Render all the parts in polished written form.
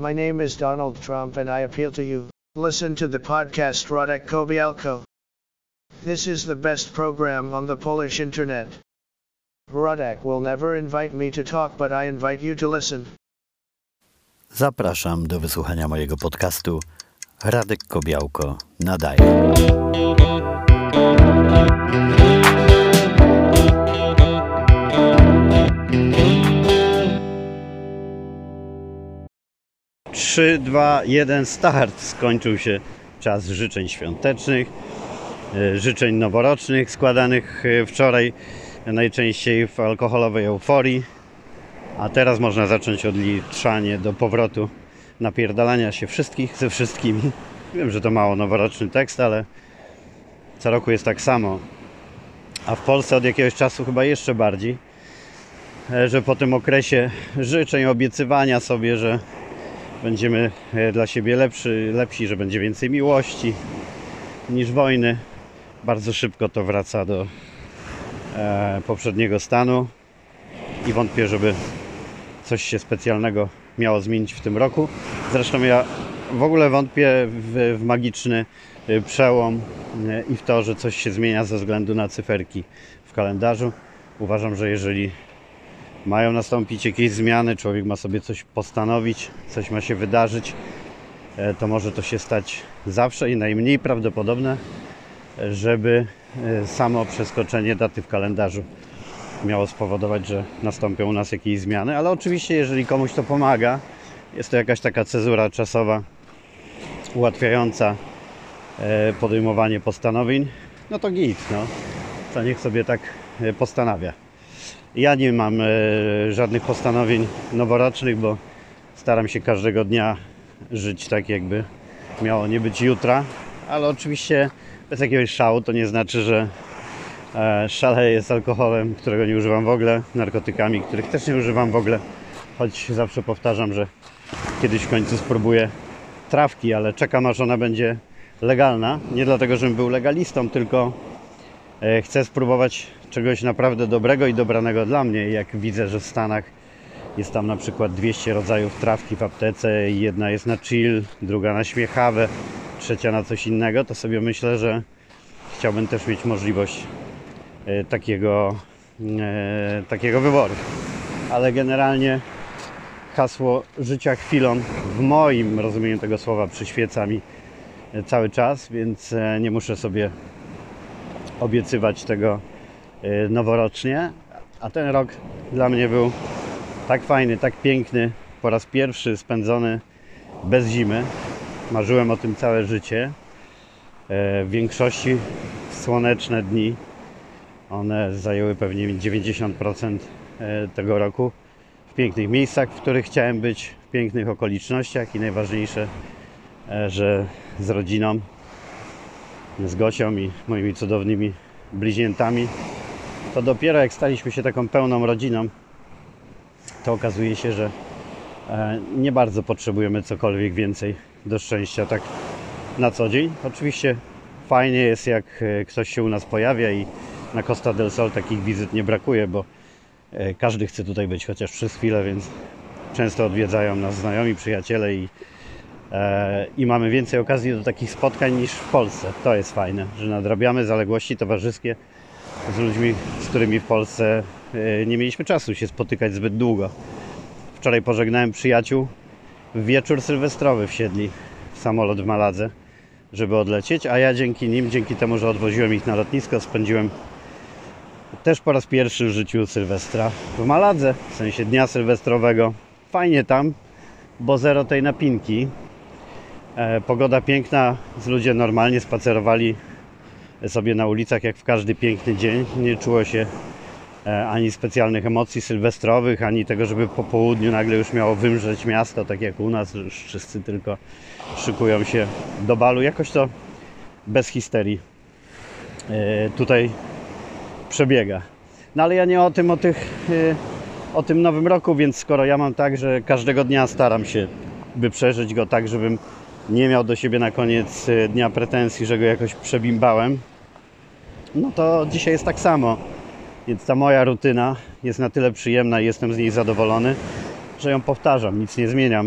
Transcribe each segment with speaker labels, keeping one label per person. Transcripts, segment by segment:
Speaker 1: My name is Donald Trump and I appeal to you. Listen to the podcast Rodek Kobialko. This is the best program on the Polish internet. Rodek will never invite me to talk, but I invite you to listen.
Speaker 2: Zapraszam do wysłuchania mojego podcastu. Radek Kobiałko nadaje. Trzy, 2, 1, start. Skończył się czas życzeń świątecznych, życzeń noworocznych składanych wczoraj najczęściej w alkoholowej euforii, a teraz można zacząć odliczanie do powrotu napierdalania się wszystkich ze wszystkimi. Wiem, że to mało noworoczny tekst, ale co roku jest tak samo, a w Polsce od jakiegoś czasu chyba jeszcze bardziej, że po tym okresie życzeń, obiecywania sobie, że będziemy dla siebie lepsi, że będzie więcej miłości niż wojny, bardzo szybko to wraca do poprzedniego stanu i wątpię, żeby coś się specjalnego miało zmienić w tym roku. Zresztą ja w ogóle wątpię w magiczny przełom i w to, że coś się zmienia ze względu na cyferki w kalendarzu. Uważam, że jeżeli mają nastąpić jakieś zmiany, człowiek ma sobie coś postanowić, coś ma się wydarzyć, to może to się stać zawsze i najmniej prawdopodobne, żeby samo przeskoczenie daty w kalendarzu miało spowodować, że nastąpią u nas jakieś zmiany, ale oczywiście jeżeli komuś to pomaga, jest to jakaś taka cezura czasowa ułatwiająca podejmowanie postanowień, no to git, to niech sobie tak postanawia. Ja nie mam żadnych postanowień noworocznych, bo staram się każdego dnia żyć tak, jakby miało nie być jutra, ale oczywiście bez jakiegoś szału. To nie znaczy, że szaleję z alkoholem, którego nie używam w ogóle, narkotykami, których też nie używam w ogóle, choć zawsze powtarzam, że kiedyś w końcu spróbuję trawki, ale czekam, aż ona będzie legalna. Nie dlatego, żebym był legalistą, tylko chcę spróbować czegoś naprawdę dobrego i dobranego dla mnie. Jak widzę, że w Stanach jest tam na przykład 200 rodzajów trawki w aptece i jedna jest na chill, druga na śmiechawę, trzecia na coś innego, to sobie myślę, że chciałbym też mieć możliwość takiego wyboru. Ale generalnie hasło życia chwilą w moim rozumieniu tego słowa przyświeca mi cały czas, więc nie muszę sobie obiecywać tego noworocznie, a ten rok dla mnie był tak fajny, tak piękny, po raz pierwszy spędzony bez zimy. Marzyłem o tym całe życie. W większości słoneczne dni, one zajęły pewnie 90% tego roku, w pięknych miejscach, w których chciałem być, w pięknych okolicznościach i najważniejsze, że z rodziną, z Gosią i moimi cudownymi bliźniętami. To dopiero jak staliśmy się taką pełną rodziną, to okazuje się, że nie bardzo potrzebujemy cokolwiek więcej do szczęścia tak na co dzień. Oczywiście fajnie jest, jak ktoś się u nas pojawia i na Costa del Sol takich wizyt nie brakuje, bo każdy chce tutaj być chociaż przez chwilę, więc często odwiedzają nas znajomi, przyjaciele i mamy więcej okazji do takich spotkań niż w Polsce. To jest fajne, że nadrabiamy zaległości towarzyskie z ludźmi, z którymi w Polsce nie mieliśmy czasu się spotykać zbyt długo. Wczoraj pożegnałem przyjaciół, w wieczór sylwestrowy wsiedli w samolot w Maladze, żeby odlecieć, a ja dzięki nim, dzięki temu, że odwoziłem ich na lotnisko, spędziłem też po raz pierwszy w życiu Sylwestra w Maladze, w sensie dnia sylwestrowego. Fajnie tam, bo zero tej napinki. Pogoda piękna, ludzie normalnie spacerowali sobie na ulicach jak w każdy piękny dzień. Nie czuło się ani specjalnych emocji sylwestrowych, ani tego, żeby po południu nagle już miało wymrzeć miasto, tak jak u nas, że już wszyscy tylko szykują się do balu. Jakoś to bez histerii tutaj przebiega. No ale ja nie o tym nowym roku, więc skoro ja mam tak, że każdego dnia staram się, by przeżyć go tak, żebym nie miał do siebie na koniec dnia pretensji, że go jakoś przebimbałem, no to dzisiaj jest tak samo. Więc ta moja rutyna jest na tyle przyjemna i jestem z niej zadowolony, że ją powtarzam, nic nie zmieniam.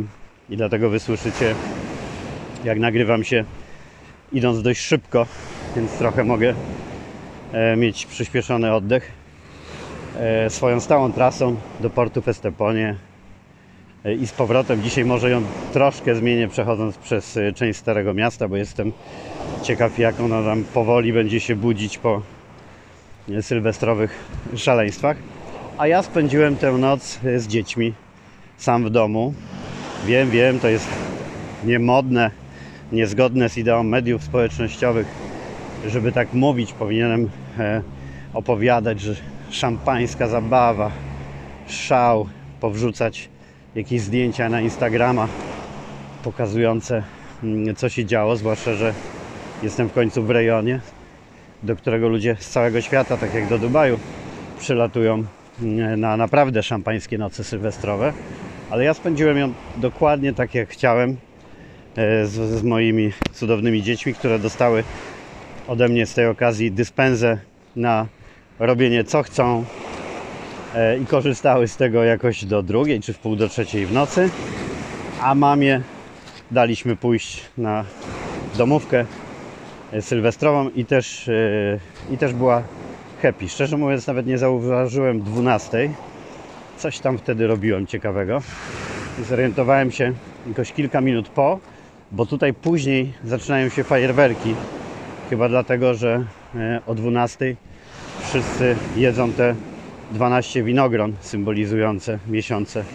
Speaker 2: i dlatego wysłyszycie, jak nagrywam się idąc dość szybko, więc trochę mogę mieć przyspieszony oddech. Swoją stałą trasą do portu w Esteponie i z powrotem. Dzisiaj może ją troszkę zmienię, przechodząc przez część Starego Miasta, bo jestem ciekaw, jak ona tam powoli będzie się budzić po sylwestrowych szaleństwach. A ja spędziłem tę noc z dziećmi sam w domu. Wiem, to jest niemodne, niezgodne z ideą mediów społecznościowych, żeby tak mówić. Powinienem opowiadać, że szampańska zabawa, szał, powrzucać jakieś zdjęcia na Instagrama pokazujące, co się działo, zwłaszcza że jestem w końcu w rejonie, do którego ludzie z całego świata, tak jak do Dubaju, przylatują na naprawdę szampańskie noce sylwestrowe. Ale ja spędziłem ją dokładnie tak, jak chciałem, z moimi cudownymi dziećmi, które dostały ode mnie z tej okazji dyspensę na robienie co chcą i korzystały z tego jakoś do 2 czy w pół do 3 w nocy, a mamie daliśmy pójść na domówkę sylwestrową i też była happy. Szczerze mówiąc, nawet nie zauważyłem 12. Coś tam wtedy robiłem ciekawego. Zorientowałem się jakoś kilka minut po, bo tutaj później zaczynają się fajerwerki. Chyba dlatego, że o 12 wszyscy jedzą te 12 winogron symbolizujące miesiące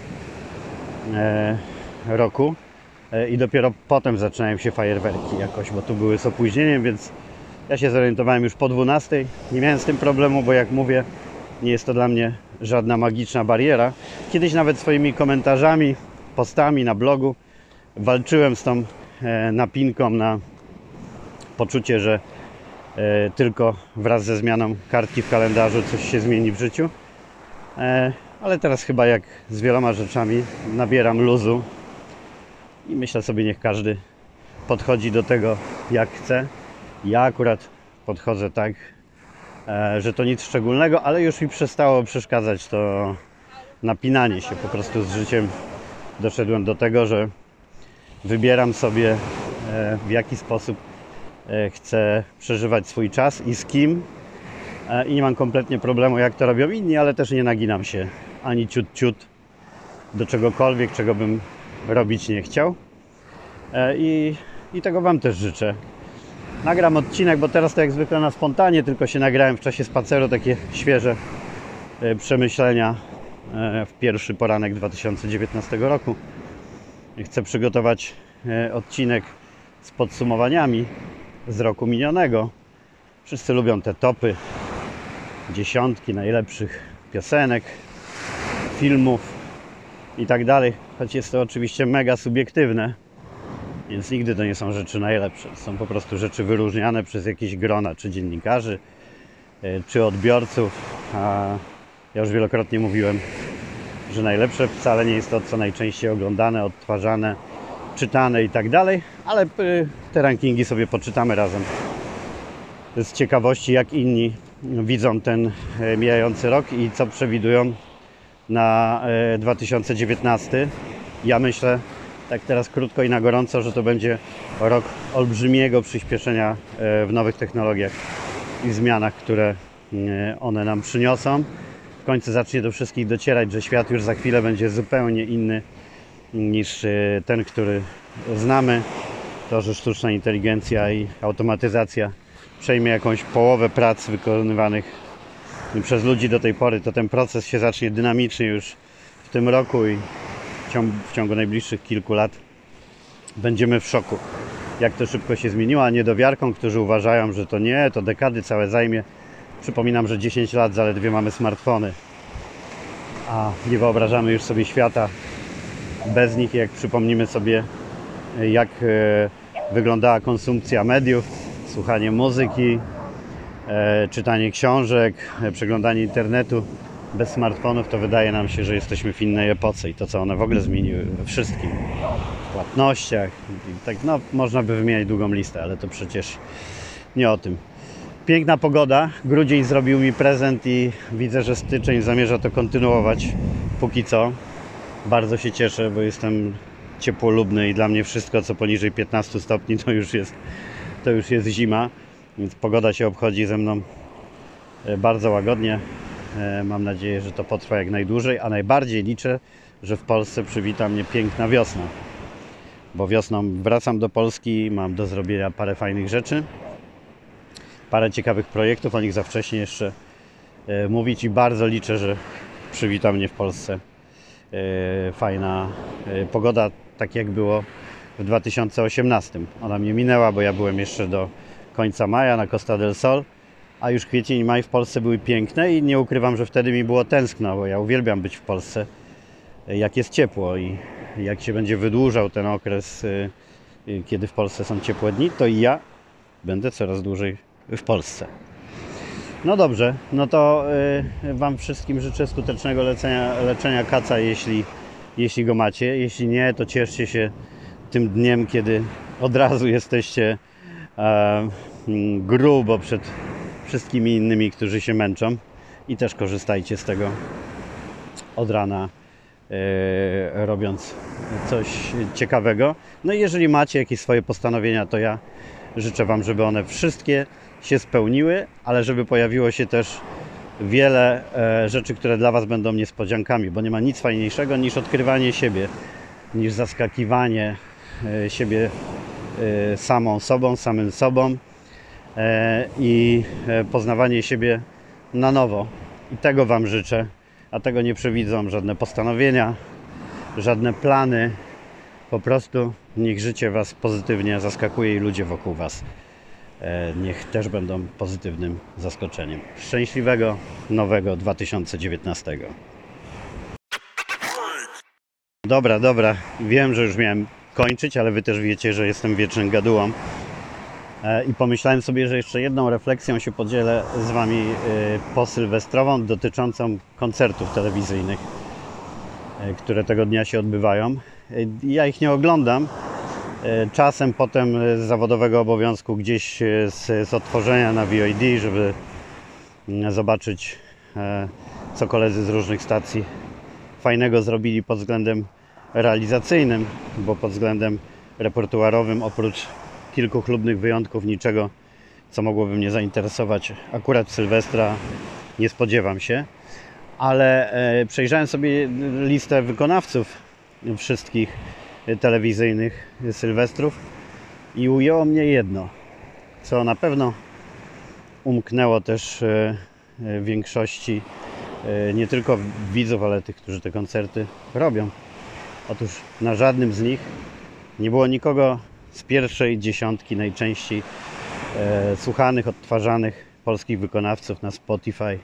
Speaker 2: roku i dopiero potem zaczynają się fajerwerki jakoś, bo tu były z opóźnieniem, więc ja się zorientowałem już po 12. Nie miałem z tym problemu, bo jak mówię, nie jest to dla mnie żadna magiczna bariera. Kiedyś nawet swoimi komentarzami, postami na blogu walczyłem z tą napinką na poczucie, że tylko wraz ze zmianą kartki w kalendarzu coś się zmieni w życiu. Ale teraz chyba jak z wieloma rzeczami nabieram luzu i myślę sobie, niech każdy podchodzi do tego jak chce. Ja akurat podchodzę tak, że to nic szczególnego, ale już mi przestało przeszkadzać to napinanie się po prostu z życiem. Doszedłem do tego, że wybieram sobie, w jaki sposób chcę przeżywać swój czas i z kim, i nie mam kompletnie problemu, jak to robią inni, ale też nie naginam się ani ciut do czegokolwiek, czego bym robić nie chciał, i tego Wam też życzę. Nagram odcinek, bo teraz to jak zwykle na spontanie, tylko się nagrałem w czasie spaceru takie świeże przemyślenia w pierwszy poranek 2019 roku. Chcę przygotować odcinek z podsumowaniami z roku minionego. Wszyscy lubią te topy, dziesiątki najlepszych piosenek, filmów i tak dalej, choć jest to oczywiście mega subiektywne, więc nigdy to nie są rzeczy najlepsze. Są po prostu rzeczy wyróżniane przez jakieś grona, czy dziennikarzy, czy odbiorców. A ja już wielokrotnie mówiłem, że najlepsze wcale nie jest to, co najczęściej oglądane, odtwarzane, czytane i tak dalej, ale te rankingi sobie poczytamy razem z ciekawości, jak inni widzą ten mijający rok i co przewidują na 2019. Ja myślę, tak teraz krótko i na gorąco, że to będzie rok olbrzymiego przyspieszenia w nowych technologiach i zmianach, które one nam przyniosą. W końcu zacznie do wszystkich docierać, że świat już za chwilę będzie zupełnie inny niż ten, który znamy. To, że sztuczna inteligencja i automatyzacja przejmie jakąś połowę prac wykonywanych przez ludzi do tej pory, to ten proces się zacznie dynamicznie już w tym roku i w ciągu najbliższych kilku lat będziemy w szoku, jak to szybko się zmieniło, a niedowiarkom, którzy uważają, że to nie, to dekady całe zajmie. Przypominam, że 10 lat zaledwie mamy smartfony, a nie wyobrażamy już sobie świata bez nich. Jak przypomnimy sobie, jak wyglądała konsumpcja mediów, słuchanie muzyki, czytanie książek, przeglądanie internetu bez smartfonów, to wydaje nam się, że jesteśmy w innej epoce i to, co one w ogóle zmieniły we wszystkim, w płatnościach, i tak, no, można by wymieniać długą listę, ale to przecież nie o tym. Piękna pogoda, grudzień zrobił mi prezent i widzę, że styczeń zamierza to kontynuować póki co. Bardzo się cieszę, bo jestem ciepłolubny i dla mnie wszystko co poniżej 15 stopni to już jest zima, więc pogoda się obchodzi ze mną bardzo łagodnie. Mam nadzieję, że to potrwa jak najdłużej, a najbardziej liczę, że w Polsce przywita mnie piękna wiosna, bo wiosną wracam do Polski, mam do zrobienia parę fajnych rzeczy, parę ciekawych projektów, o nich za wcześnie jeszcze mówić i bardzo liczę, że przywita mnie w Polsce fajna pogoda, tak jak było w 2018. Ona mnie minęła, bo ja byłem jeszcze do końca maja na Costa del Sol, a już kwiecień i maj w Polsce były piękne i nie ukrywam, że wtedy mi było tęskno, bo ja uwielbiam być w Polsce, jak jest ciepło i jak się będzie wydłużał ten okres, kiedy w Polsce są ciepłe dni, to i ja będę coraz dłużej w Polsce. No dobrze, no to Wam wszystkim życzę skutecznego leczenia kaca, jeśli go macie. Jeśli nie, to cieszcie się tym dniem, kiedy od razu jesteście grubo przed wszystkimi innymi, którzy się męczą, i też korzystajcie z tego od rana, robiąc coś ciekawego. No i jeżeli macie jakieś swoje postanowienia, to ja życzę Wam, żeby one wszystkie się spełniły, ale żeby pojawiło się też wiele rzeczy, które dla Was będą niespodziankami, bo nie ma nic fajniejszego niż odkrywanie siebie, niż zaskakiwanie siebie samym sobą i poznawanie siebie na nowo. I tego Wam życzę, a tego nie przewidzą żadne postanowienia, żadne plany. Po prostu niech życie Was pozytywnie zaskakuje i ludzie wokół Was niech też będą pozytywnym zaskoczeniem. Szczęśliwego nowego 2019. Dobra. Wiem, że już miałem kończyć, ale Wy też wiecie, że jestem wiecznym gadułą. I pomyślałem sobie, że jeszcze jedną refleksją się podzielę z Wami posylwestrową dotyczącą koncertów telewizyjnych, które tego dnia się odbywają. Ja ich nie oglądam. Czasem potem z zawodowego obowiązku gdzieś z odtworzenia na VOD, żeby zobaczyć, co koledzy z różnych stacji fajnego zrobili pod względem realizacyjnym, bo pod względem repertuarowym oprócz kilku chlubnych wyjątków niczego, co mogłoby mnie zainteresować akurat w Sylwestra, nie spodziewam się. Ale przejrzałem sobie listę wykonawców wszystkich telewizyjnych sylwestrów i ujęło mnie jedno, co na pewno umknęło też większości nie tylko widzów, ale tych, którzy te koncerty robią. Otóż na żadnym z nich nie było nikogo z pierwszej dziesiątki najczęściej słuchanych, odtwarzanych polskich wykonawców na Spotify,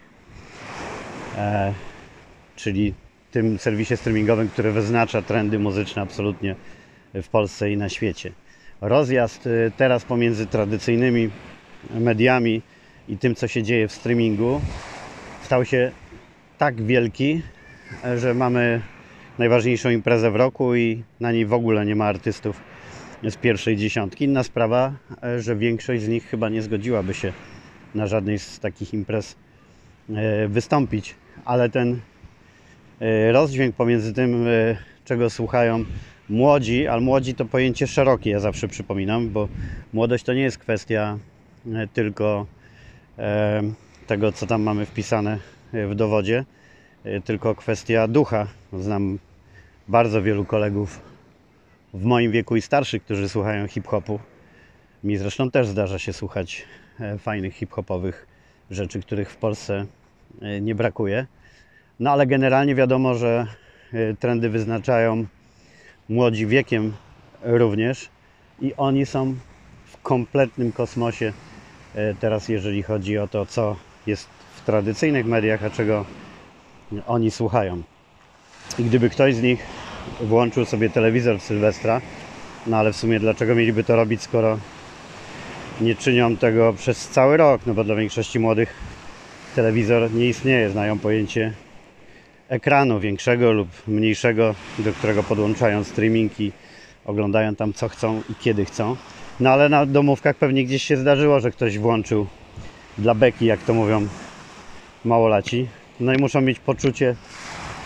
Speaker 2: czyli tym serwisie streamingowym, który wyznacza trendy muzyczne absolutnie w Polsce i na świecie. Rozjazd teraz pomiędzy tradycyjnymi mediami i tym, co się dzieje w streamingu, stał się tak wielki, że mamy najważniejszą imprezę w roku i na niej w ogóle nie ma artystów z pierwszej dziesiątki. Inna sprawa, że większość z nich chyba nie zgodziłaby się na żadnej z takich imprez wystąpić, ale ten rozdźwięk pomiędzy tym, czego słuchają młodzi, ale młodzi to pojęcie szerokie, ja zawsze przypominam, bo młodość to nie jest kwestia tylko tego, co tam mamy wpisane w dowodzie, tylko kwestia ducha. Znam bardzo wielu kolegów w moim wieku i starszych, którzy słuchają hip-hopu. Mi zresztą też zdarza się słuchać fajnych hip-hopowych rzeczy, których w Polsce nie brakuje. No ale generalnie wiadomo, że trendy wyznaczają młodzi wiekiem również i oni są w kompletnym kosmosie teraz, jeżeli chodzi o to, co jest w tradycyjnych mediach, a czego oni słuchają. I gdyby ktoś z nich włączył sobie telewizor w Sylwestra, no ale w sumie dlaczego mieliby to robić, skoro nie czynią tego przez cały rok, no bo dla większości młodych telewizor nie istnieje, znają pojęcie ekranu większego lub mniejszego, do którego podłączają streamingi, oglądają tam co chcą i kiedy chcą. No ale na domówkach pewnie gdzieś się zdarzyło, że ktoś włączył dla beki, jak to mówią małolaci. No i muszą mieć poczucie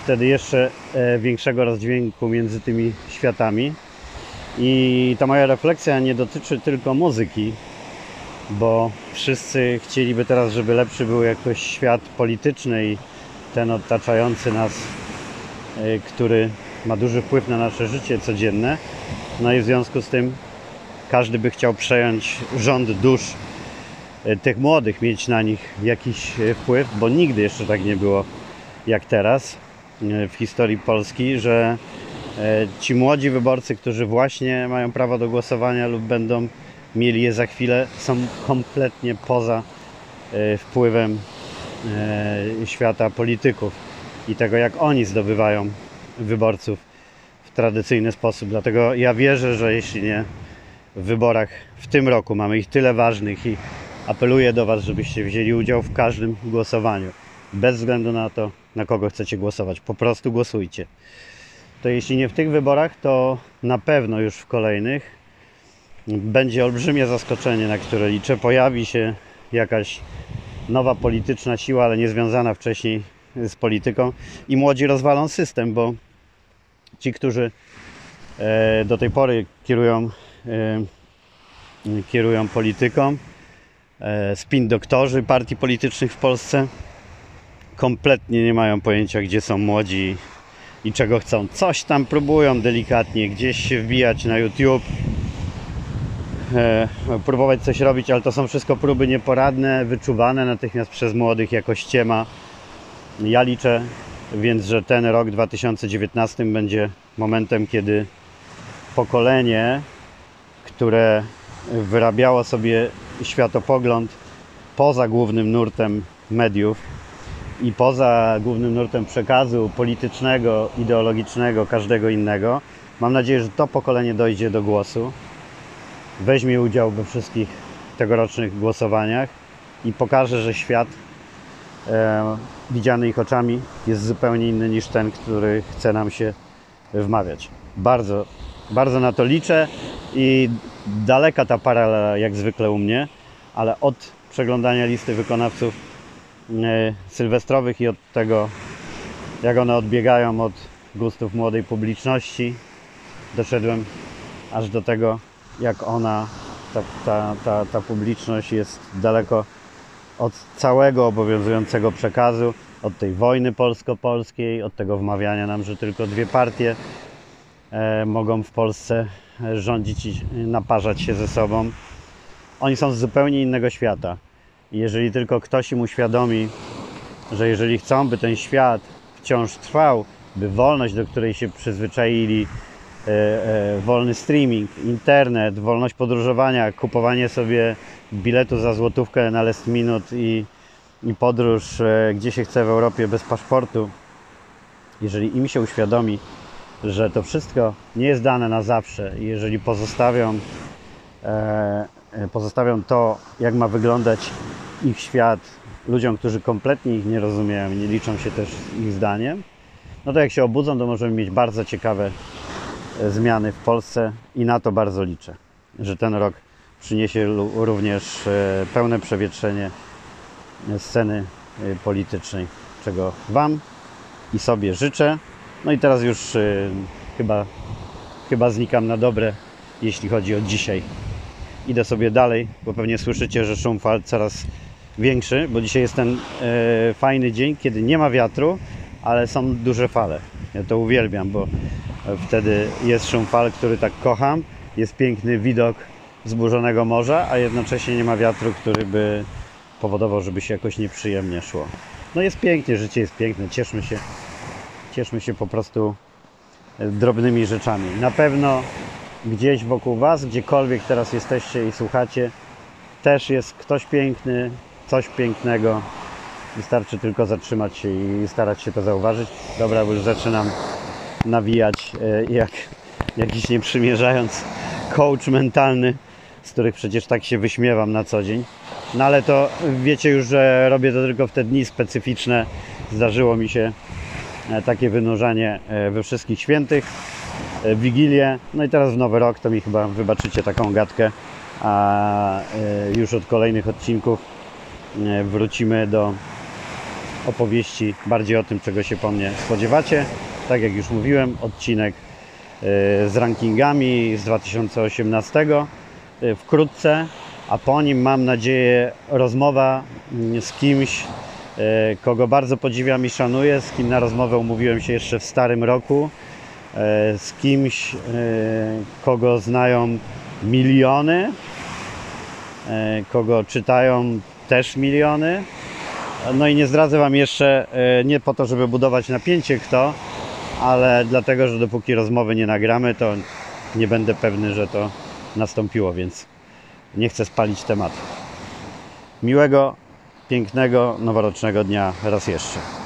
Speaker 2: wtedy jeszcze większego rozdźwięku między tymi światami. I ta moja refleksja nie dotyczy tylko muzyki, bo wszyscy chcieliby teraz, żeby lepszy był jakoś świat polityczny i ten otaczający nas, który ma duży wpływ na nasze życie codzienne. No i w związku z tym każdy by chciał przejąć rząd dusz tych młodych, mieć na nich jakiś wpływ, bo nigdy jeszcze tak nie było jak teraz w historii Polski, że ci młodzi wyborcy, którzy właśnie mają prawo do głosowania lub będą mieli je za chwilę, są kompletnie poza wpływem świata polityków i tego, jak oni zdobywają wyborców w tradycyjny sposób. Dlatego ja wierzę, że jeśli nie w wyborach w tym roku, mamy ich tyle ważnych i apeluję do Was, żebyście wzięli udział w każdym głosowaniu. Bez względu na to, na kogo chcecie głosować. Po prostu głosujcie. To jeśli nie w tych wyborach, to na pewno już w kolejnych będzie olbrzymie zaskoczenie, na które liczę. Pojawi się jakaś nowa polityczna siła, ale nie związana wcześniej z polityką i młodzi rozwalą system, bo ci, którzy do tej pory kierują polityką, spin doktorzy partii politycznych w Polsce, kompletnie nie mają pojęcia, gdzie są młodzi i czego chcą. Coś tam próbują delikatnie gdzieś się wbijać na YouTube, próbować coś robić, ale to są wszystko próby nieporadne, wyczuwane natychmiast przez młodych jako ściema. Ja liczę więc, że ten rok 2019 będzie momentem, kiedy pokolenie, które wyrabiało sobie światopogląd poza głównym nurtem mediów i poza głównym nurtem przekazu politycznego, ideologicznego, każdego innego. Mam nadzieję, że to pokolenie dojdzie do głosu, weźmie udział we wszystkich tegorocznych głosowaniach i pokaże, że świat widziany ich oczami jest zupełnie inny niż ten, który chce nam się wmawiać. Bardzo, bardzo na to liczę i daleka ta paralela jak zwykle u mnie, ale od przeglądania listy wykonawców sylwestrowych i od tego, jak one odbiegają od gustów młodej publiczności, doszedłem aż do tego, jak ona, ta publiczność jest daleko od całego obowiązującego przekazu, od tej wojny polsko-polskiej, od tego wmawiania nam, że tylko dwie partie mogą w Polsce rządzić i naparzać się ze sobą. Oni są z zupełnie innego świata. I jeżeli tylko ktoś im uświadomi, że jeżeli chcą, by ten świat wciąż trwał, by wolność, do której się przyzwyczaili, wolny streaming, internet, wolność podróżowania, kupowanie sobie biletu za złotówkę na last minute i podróż gdzie się chce w Europie bez paszportu, jeżeli im się uświadomi, że to wszystko nie jest dane na zawsze i jeżeli pozostawią to, jak ma wyglądać ich świat ludziom, którzy kompletnie ich nie rozumieją, nie liczą się też ich zdaniem, no to jak się obudzą, to możemy mieć bardzo ciekawe zmiany w Polsce i na to bardzo liczę, że ten rok przyniesie również pełne przewietrzenie sceny politycznej, czego Wam i sobie życzę. No i teraz już chyba znikam na dobre, jeśli chodzi o dzisiaj. Idę sobie dalej, bo pewnie słyszycie, że szum fal coraz większy, bo dzisiaj jest ten fajny dzień, kiedy nie ma wiatru, ale są duże fale. Ja to uwielbiam, bo wtedy jest szum fal, który tak kocham. Jest piękny widok wzburzonego morza, a jednocześnie nie ma wiatru, który by powodował, żeby się jakoś nieprzyjemnie szło. No jest pięknie, życie jest piękne, cieszmy się po prostu drobnymi rzeczami. Na pewno gdzieś wokół Was, gdziekolwiek teraz jesteście i słuchacie, też jest ktoś piękny, coś pięknego. Wystarczy tylko zatrzymać się i starać się to zauważyć. Dobra, bo już zaczynam nawijać jak jakiś nie przymierzając coach mentalny, z których przecież tak się wyśmiewam na co dzień. No ale to wiecie już, że robię to tylko w te dni specyficzne. Zdarzyło mi się takie wynurzanie we wszystkich świętych, Wigilię, no i teraz w Nowy Rok, to mi chyba wybaczycie taką gadkę, a już od kolejnych odcinków wrócimy opowieści, bardziej o tym, czego się po mnie spodziewacie. Tak jak już mówiłem, odcinek z rankingami z 2018 wkrótce, a po nim mam nadzieję rozmowa z kimś, kogo bardzo podziwiam i szanuję, z kim na rozmowę umówiłem się jeszcze w starym roku, z kimś, kogo znają miliony, kogo czytają też miliony. No i nie zdradzę Wam jeszcze, nie po to, żeby budować napięcie kto, ale dlatego, że dopóki rozmowy nie nagramy, to nie będę pewny, że to nastąpiło, więc nie chcę spalić tematu. Miłego, pięknego, noworocznego dnia raz jeszcze.